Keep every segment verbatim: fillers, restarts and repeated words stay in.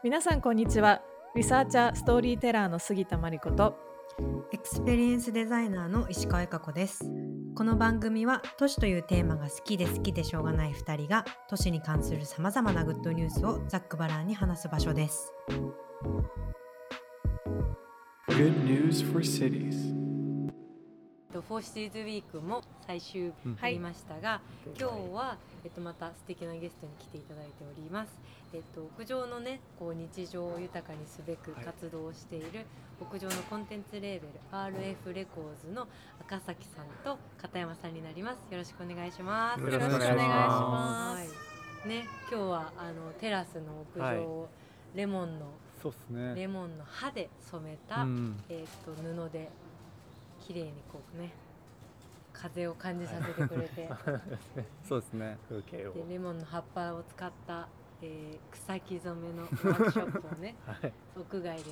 皆さんこんにちは。リサーチャーストーリーテラーの杉田真理子とエクスペリエンスデザイナーの石川恵香子です。この番組は都市というテーマが好きで好きでしょうがないふたりが都市に関するさまざまなグッドニュースをざっくばらんに話す場所です。 Good news for cities. フォーシティーズウィークも最終日になりましたが、うん、今日は、えっと、また素敵なゲストに来ていただいております。えっと、屋上のねこう日常を豊かにすべく活動をしている、はい、屋上のコンテンツレーベル アールエフ レコーズの赤崎さんと片山さんになります。よろしくお願いします。 よろしくお願いします。 はい、ね、今日はあのテラスの屋上を、はい、レモンのそうっすね、 レモンの葉で染めた、うん、えっと布で綺麗にこうね風を感じさせてくれてそうですね、 風景をでレモンの葉っぱを使った、えー、草木染めのワークショップをね、はい、屋外でやって、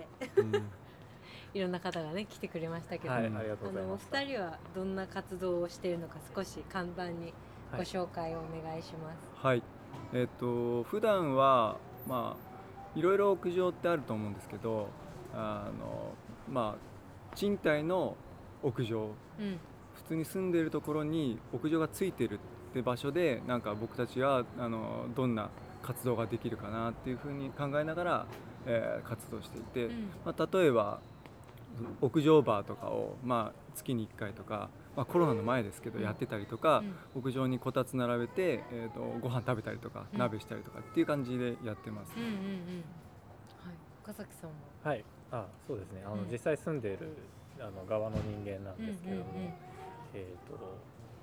うん、いろんな方がね来てくれましたけど、はい、ありがとうございました。お二人はどんな活動をしているのか少し簡単にご紹介をお願いします。 はい、えー、っと普段はまあいろいろ屋上ってあると思うんですけど、あのまあ賃貸の屋上、うん、普通に住んでいるところに屋上がついてるって場所でなんか僕たちはあのどんな活動ができるかなっていうふうに考えながら、えー、活動していて、うん、まあ、例えば屋上バーとかを、まあ、月にいっかいとか、まあ、コロナの前ですけどやってたりとか、うん、屋上にこたつ並べて、えーと、ご飯食べたりとか、うん、鍋したりとかっていう感じでやってます。うんうんうん、はい、 岡崎さんも。 はい、あ、そうですね、あの、うん、実際住んでいるあの側の人間なんですけれども、うんうんうん、えーと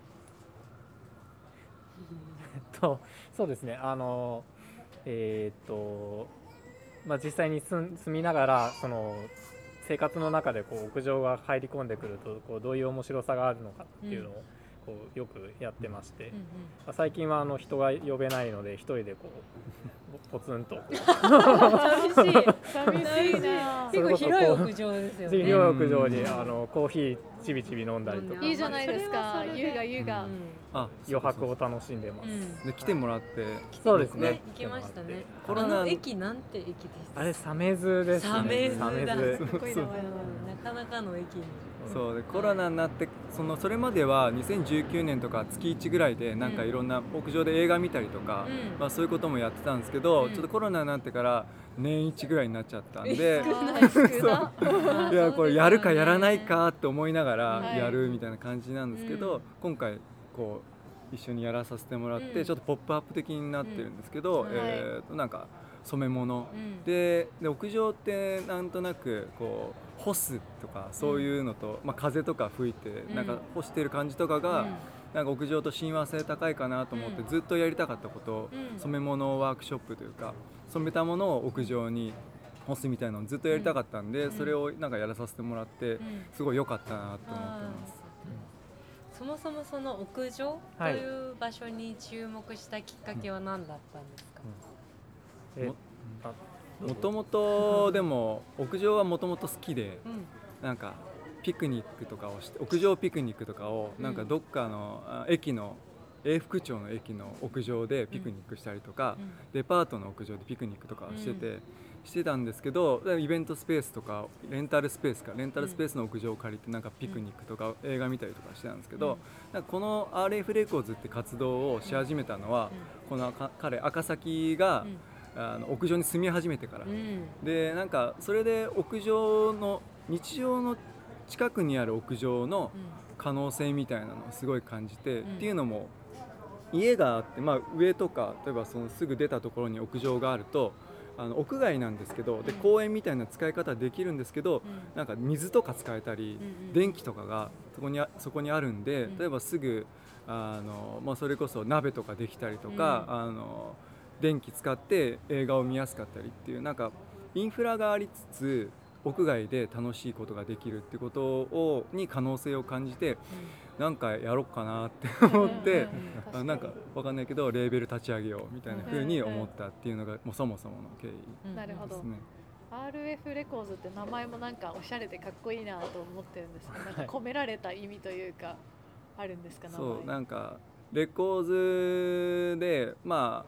えっとそうですね、あのえーとまあ、実際に 住, 住みながらその生活の中でこう屋上が入り込んでくるとこうどういう面白さがあるのかっていうのをこうよくやってまして、うんうん、まあ、最近はあの人が呼べないので一人でこうポツンと寂しい寂しいな。結構広い屋上ですよね。 広い屋上にあのコーヒーちびちび飲んだりとか、 いいじゃないですか。優雅優雅、うん、 あ、余白を楽しんでます、うん、 で来てもらって、 そうですね、 行きましたね。 コロナあの駅なんて駅でした？ あれサメズですね。 サメズだ。 サメズすごい名前だなかなかの駅に。 そうでコロナになってそのそれまではにせんじゅうきゅうねんとか月いちぐらいでなんかいろんな屋上で映画見たりとか、うん、まあ、そういうこともやってたんですけど、うん、ちょっとコロナになってから年一ぐらいになっちゃったんで、いやこれやるかやらないかって思いながらやるみたいな感じなんですけど、はい、今回こう一緒にやらさせてもらって、うん、ちょっとポップアップ的になってるんですけど、うん、えーとなんか染め物、うん、で, で屋上ってなんとなくこう干すとかそういうのと、うん、まあ、風とか吹いてなんか干してる感じとかが、うん、なんか屋上と親和性高いかなと思ってずっとやりたかったことを、うん、染め物ワークショップというか染めたものを屋上に干すみたいなのをずっとやりたかったんで、うん、それをなんかやらさせてもらってすごい良かったなと思ってます。 そもそもその屋上という場所に注目したきっかけは何だったんですか？ うんうん、えもともとでも屋上はもともと好きで、うん、なんかピクニックとかをして屋上ピクニックとかをなんかどっかの駅の永福町の駅の屋上でピクニックしたりとか、うん、デパートの屋上でピクニックとかしてて、うん、してたんですけどイベントスペースとかレンタルスペースかレンタルスペースの屋上を借りてなんかピクニックとか映画見たりとかしてたんですけど、うん、なんかこの アールエフ レコーズって活動をし始めたのは、うん、この彼赤崎が、うん、あの屋上に住み始めてから、うん、でなんかそれで屋上の日常の近くにある屋上の可能性みたいなのをすごい感じて、うん、っていうのも家があって、まあ、上とか例えばそのすぐ出たところに屋上があるとあの屋外なんですけどで公園みたいな使い方できるんですけど、うん、なんか水とか使えたり、うんうん、電気とかがそこにあ、そこにあるんで、うん、例えばすぐあの、まあ、それこそ鍋とかできたりとか、うん、あの電気使って映画を見やすかったりっていうなんかインフラがありつつ屋外で楽しいことができるってことをに可能性を感じて、うん、なんかやろうかなって思って、うんうん、なんかわかんないけどレーベル立ち上げようみたいな風に思ったっていうのがもうそもそもの経緯ですね。 なるほど。アールエフ レコーズって名前もなんかおしゃれでかっこいいなと思ってるんですけど、なんか込められた意味というかあるんですか？名前。 そうなんかレコーズでまあ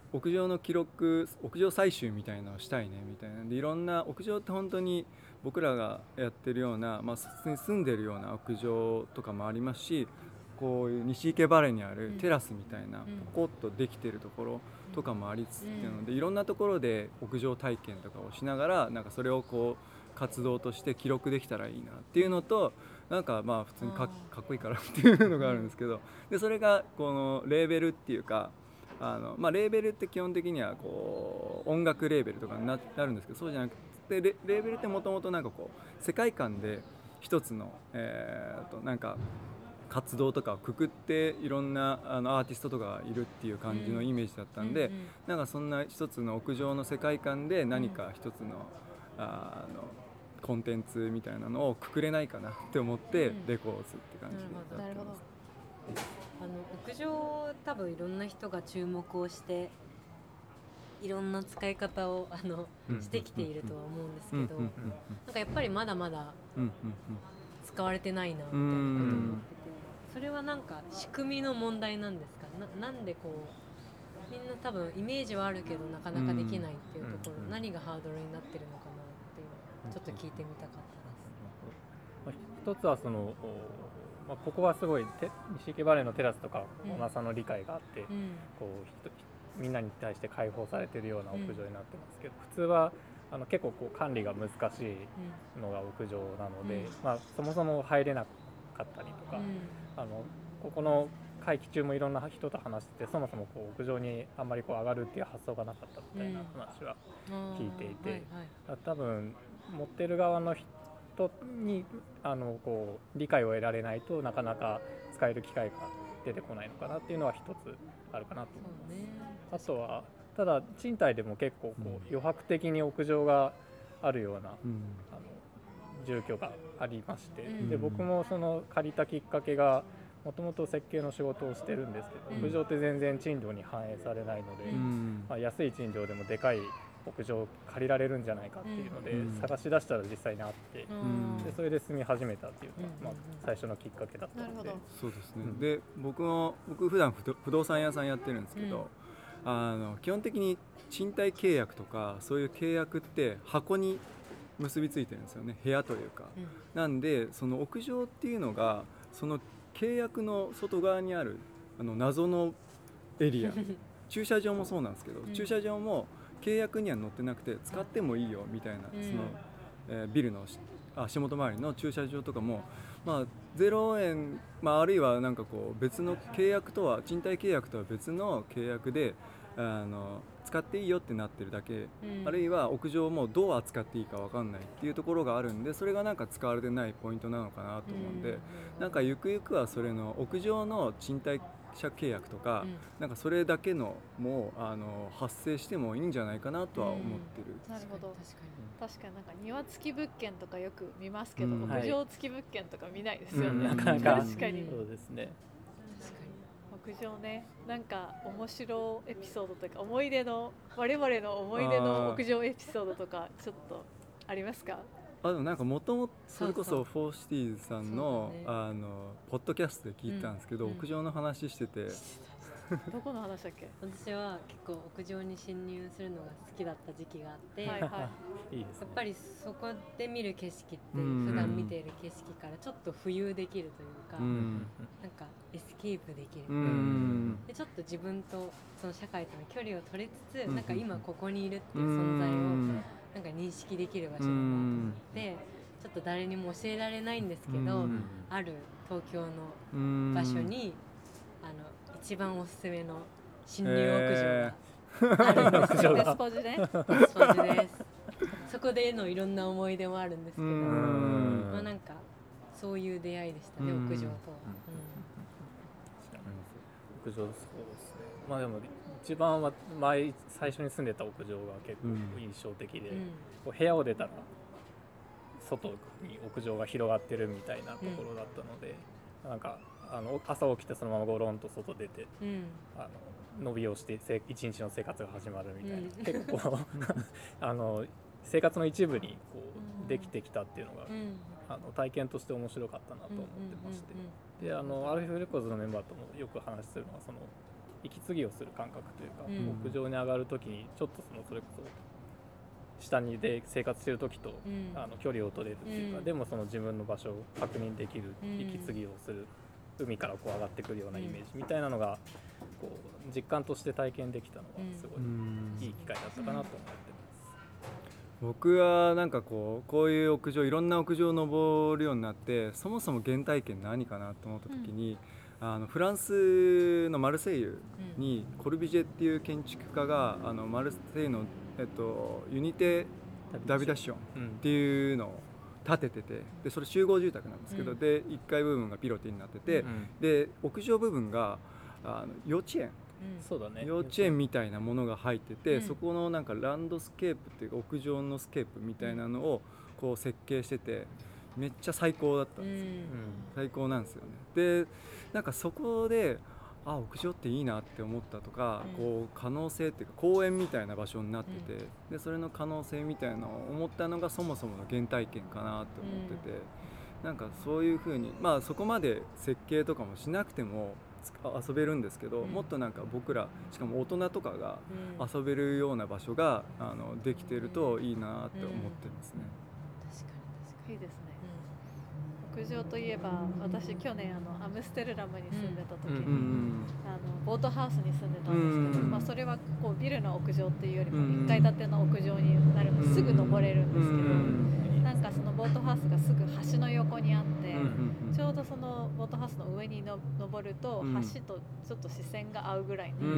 屋上の記録、屋上採集みたいなのをしたいねみたいなで、いろんな屋上って本当に僕らがやってるような、まあ、普通に住んでるような屋上とかもありますし、こういう西池原にあるテラスみたいなポコッとできてるところとかもありつつっていうので、いろんなところで屋上体験とかをしながら、なんかそれをこう活動として記録できたらいいなっていうのと、なんかまあ普通に か, かっこいいからっていうのがあるんですけど、でそれがこのレーベルっていうか、あの、まあ、レーベルって基本的にはこう音楽レーベルとかに な, なるんですけど、そうじゃなくて レ, レーベルってもともとなんかこう世界観で一つの、えー、となんか活動とかをくくっていろんなあのアーティストとかがいるっていう感じのイメージだったんで、うんうんうん、なんかそんな一つの屋上の世界観で何か一つの、うん、あのコンテンツみたいなのをくくれないかなって思ってレコーズって感じでやってます。 あの屋上多分いろんな人が注目をしていろんな使い方をあの、うん、してきているとは思うんですけど、うんうんうん、なんかやっぱりまだまだ使われてないなみたいなことを思ってて、それはなんか仕組みの問題なんですか？ な, なんでこうみんな多分イメージはあるけどなかなかできないっていうところ、何がハードルになってるのかなっていうのをちょっと聞いてみたかったです。 一つはそのまあ、ここはすごい西池原のテラスとか小野さんの理解があって、うん、こうみんなに対して開放されているような屋上になってますけど、うん、普通はあの結構こう管理が難しいのが屋上なので、うんまあ、そもそも入れなかったりとか、うん、あのここの会期中もいろんな人と話してて、そもそもこう屋上にあんまりこう上がるっていう発想がなかったみたいな話は聞いていて、うんはいはい、多分持ってる側の人にあのこう理解を得られないとなかなか使える機会が出てこないのかなっていうのは一つあるかなと思います。あとはただ賃貸でも結構こう余白的に屋上があるような、うん、あの住居がありまして、うん、で僕もその借りたきっかけがもともと設計の仕事をしてるんですけど、うん、屋上って全然賃料に反映されないので、うんまあ、安い賃料でもでかい屋上借りられるんじゃないかっていうので、うん、探し出したら実際にあって、うん、でそれで住み始めたっていうのが、うんまあ、最初のきっかけだったので。 そうですね、うん、で僕も僕普段不動産屋さんやってるんですけど、うん、あの基本的に賃貸契約とかそういう契約って箱に結びついてるんですよね、部屋というか、うん、なんでその屋上っていうのがその契約の外側にあるあの謎のエリア駐車場もそうなんですけど、うん、駐車場も契約には載ってなくて使ってもいいよみたいな、うん、その、えー、ビルの足元周りの駐車場とかも、まあ、ゼロえん、まあ、あるいはなんかこう別の契約とは賃貸契約とは別の契約であの使っていいよってなってるだけ、うん、あるいは屋上もどう扱っていいか分かんないっていうところがあるんで、それがなんか使われてないポイントなのかなと思うんで、うん、なんかゆくゆくはそれの屋上の賃貸者契約とか、うん、なんかそれだけのもあの発生してもいいんじゃないかなとは思ってる、 うん、なるほど。確かに確かになんか庭付き物件とかよく見ますけど、うん、屋上付き物件とか見ないですよね、 うん、なかなか確かにそうですね。 確かに屋上ね、なんか面白いエピソードとか思い出の我々の思い出の屋上エピソードとかちょっとありますか？ あでもなんかもともとそれこそフォーシティーズさん の, ね、あのポッドキャストで聞いたんですけど、うん、屋上の話しててどこの話だっけ？ 私は結構屋上に侵入するのが好きだった時期があって、 はいはい、 いいですね、 やっぱりそこで見る景色って普段見ている景色からちょっと浮遊できるというか、うん、なんかエスケープできる、うん、でちょっと自分とその社会との距離を取りつつ、うん、なんか今ここにいるっていう存在を、うんなんか認識できる場所だなと思って、ちょっと誰にも教えられないんですけど、ある東京の場所にあの一番おすすめの侵入屋上があるんですよ。 デスポジね。 デスポジです。そこでのいろんな思い出もあるんですけど、まあなんかそういう出会いでしたね、屋上とは。 屋上そうですね。まあでも一番は前最初に住んでた屋上が結構印象的で、うん、こう部屋を出たら外に屋上が広がってるみたいなところだったので、うん、なんかあの朝起きてそのままゴロンと外出て、うん、あの伸びをして一日の生活が始まるみたいな、うん、結構あの生活の一部にこうできてきたっていうのが、うん、あの体験として面白かったなと思ってまして、であのアルフィフレコーズのメンバーともよく話するのはその息継ぎをする感覚というか、 うん、 屋上に上がるときにちょっとそのそれこそ下にで生活しているときと、うん、あの距離を取れるっていうか、うん、でもその自分の場所を確認できる、うん、息継ぎをする、海からこう上がってくるようなイメージみたいなのがこう実感として体験できたのはすごいいい機会だったかなと思ってます。 僕はなんかこうこういう屋上いろんな屋上を登るようになって、そもそも原体験何かなと思った時に、うん、あのフランスのマルセイユにコルビジェっていう建築家があのマルセイユの、えっと、ユニテ・ダビダションっていうのを建ててて、でそれ集合住宅なんですけど、うん、でいっかい部分がピロティになってて、うん、で屋上部分があの幼稚園、 そうだね、 幼稚園みたいなものが入ってて、うん、そこのなんかランドスケープっていうか屋上のスケープみたいなのをこう設計してて、めっちゃ最高だったんですよ、うん、最高なんですよね。でなんかそこであ屋上っていいなって思ったとか、うん、こう可能性っていうか公園みたいな場所になってて、うん、でそれの可能性みたいなのを思ったのがそもそもの原体験かなって思ってて、うん、なんかそういう風にまあそこまで設計とかもしなくても遊べるんですけど、うん、もっとなんか僕らしかも大人とかが遊べるような場所があのできてるといいなって思ってますね、 うん、確かに確かにいいですね、うん、屋上といえば私去年あのアムステルダムに住んでた時に、うん、あのボートハウスに住んでたんですけど、うんまあ、それはこうビルの屋上っていうよりもいっかい建ての屋上になるのですぐ登れるんですけど、うん、なんかそのボートハウスがすぐ橋の横にあって、うん、ちょうどそのボートハウスの上にの登ると橋とちょっと視線が合うぐらいなんですよ、うん、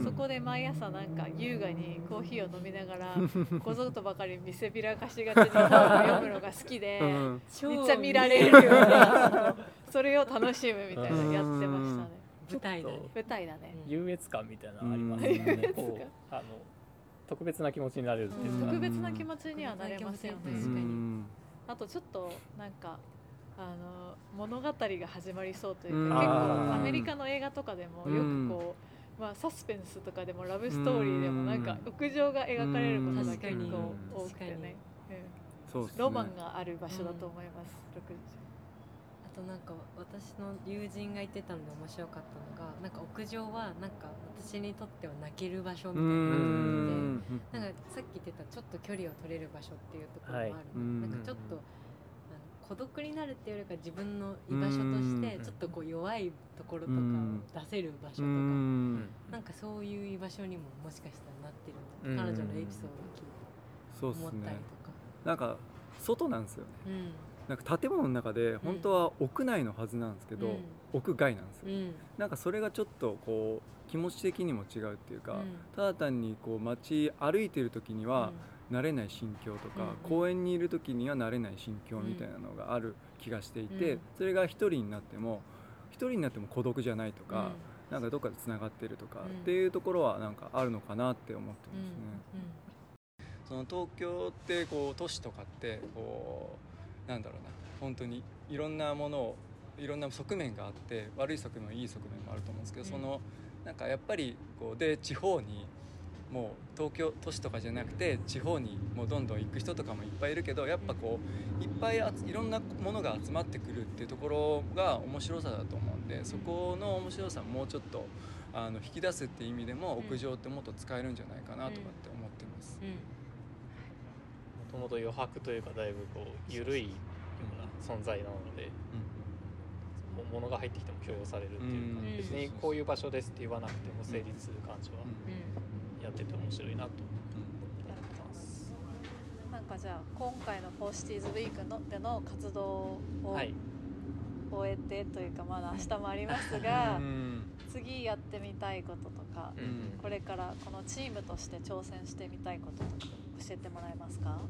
そこで毎朝なんか優雅にコーヒーを飲みながらこぞとばかり見せびらかしがちに本を読むのが好きで、うん、めっちゃ見られるようなそれを楽しむみたいなのやってましたね。 舞台だね。 舞台だね。 優越感みたいなのありますよね。こうあの特別な気持ちになれるっていうか、 特別な気持ちにはなれますよね。確かに。あとちょっとなんかあの物語が始まりそうというか、結構アメリカの映画とかでもよくこう、まあ、サスペンスとかでもラブストーリーでもなんか屋上が描かれることが結構多くてね、うん、そうですね、ロマンがある場所だと思います、うん、屋上。 あとなんか私の友人が言ってたので面白かったのが、なんか屋上はなんか私にとっては泣ける場所みたいな感じで、なんかさっき言ってたちょっと距離を取れる場所っていうところもある、はい、なんかちょっと孤独になるっていうよりか自分の居場所としてちょっとこう弱いところとかを出せる場所とか、なんかそういう居場所にももしかしたらなってるの、彼女のエピソードを聞いて思ったりとか、 なんか外なんですよね、うん、なんか建物の中で本当は屋内のはずなんですけど、うん、屋外なんですよ、うん、なんかそれがちょっとこう気持ち的にも違うっていうか、うん、ただ単にこう街歩いてる時には慣れない心境とか、うん、公園にいる時には慣れない心境みたいなのがある気がしていて、うん、それが一人になっても一人になっても孤独じゃないとか、うん、なんかどっかでつながってるとか、うん、っていうところはなんかあるのかなって思ってますね、うんうん、その東京ってこう都市とかってこうなんだろうな、本当にいろんなものをいろんな側面があって、悪い側面もいい側面もあると思うんですけど、うん、そのなんかやっぱりこうで地方にもう東京都市とかじゃなくて地方にもうどんどん行く人とかもいっぱいいるけど、やっぱこういっぱいあいろんなものが集まってくるっていうところが面白さだと思うんで、そこの面白さもうちょっとあの引き出すっていう意味でも屋上ってもっと使えるんじゃないかなとかって思ってます。 もともと余白というかだいぶこう緩いような存在なので、うん、物が入ってきても許容されるっていうか、うん、別にこういう場所ですって言わなくても成立する感じは、うん、やってて面白いなと思ってます。 なんかじゃあ今回のフォーシティーズウィークのでの活動を終えてというか、まだ明日もありますが、うん、次やってみたいこととか、うん、これからこのチームとして挑戦してみたいこととか教えてもらえますか？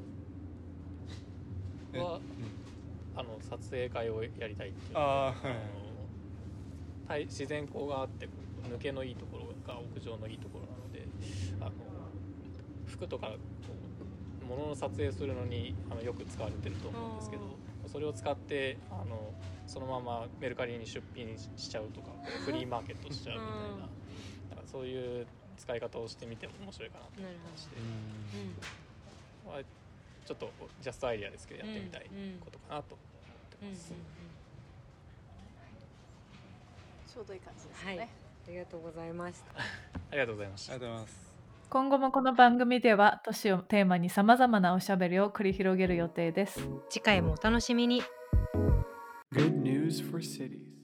はあの撮影会をやりたいっていうのは、あの自然光があって抜けのいいところが屋上のいいところなので、あの服とか物の撮影するのにあのよく使われてると思うんですけど、それを使ってあのそのままメルカリに出品しちゃうとかフリーマーケットしちゃうみたいな、うん、なんかそういう使い方をしてみても面白いかなと思いまして、うんまあ、ちょっとジャストアイデアですけどやってみたいことかなと思ってます、うんうんうん、 ちょうどいい感じですね、はい、 ありがとうございましたありがとうございました。 ありがとうございます。 今後もこの番組では都市をテーマにさまざまなおしゃべりを繰り広げる予定です。 次回もお楽しみに。 Good news for cities.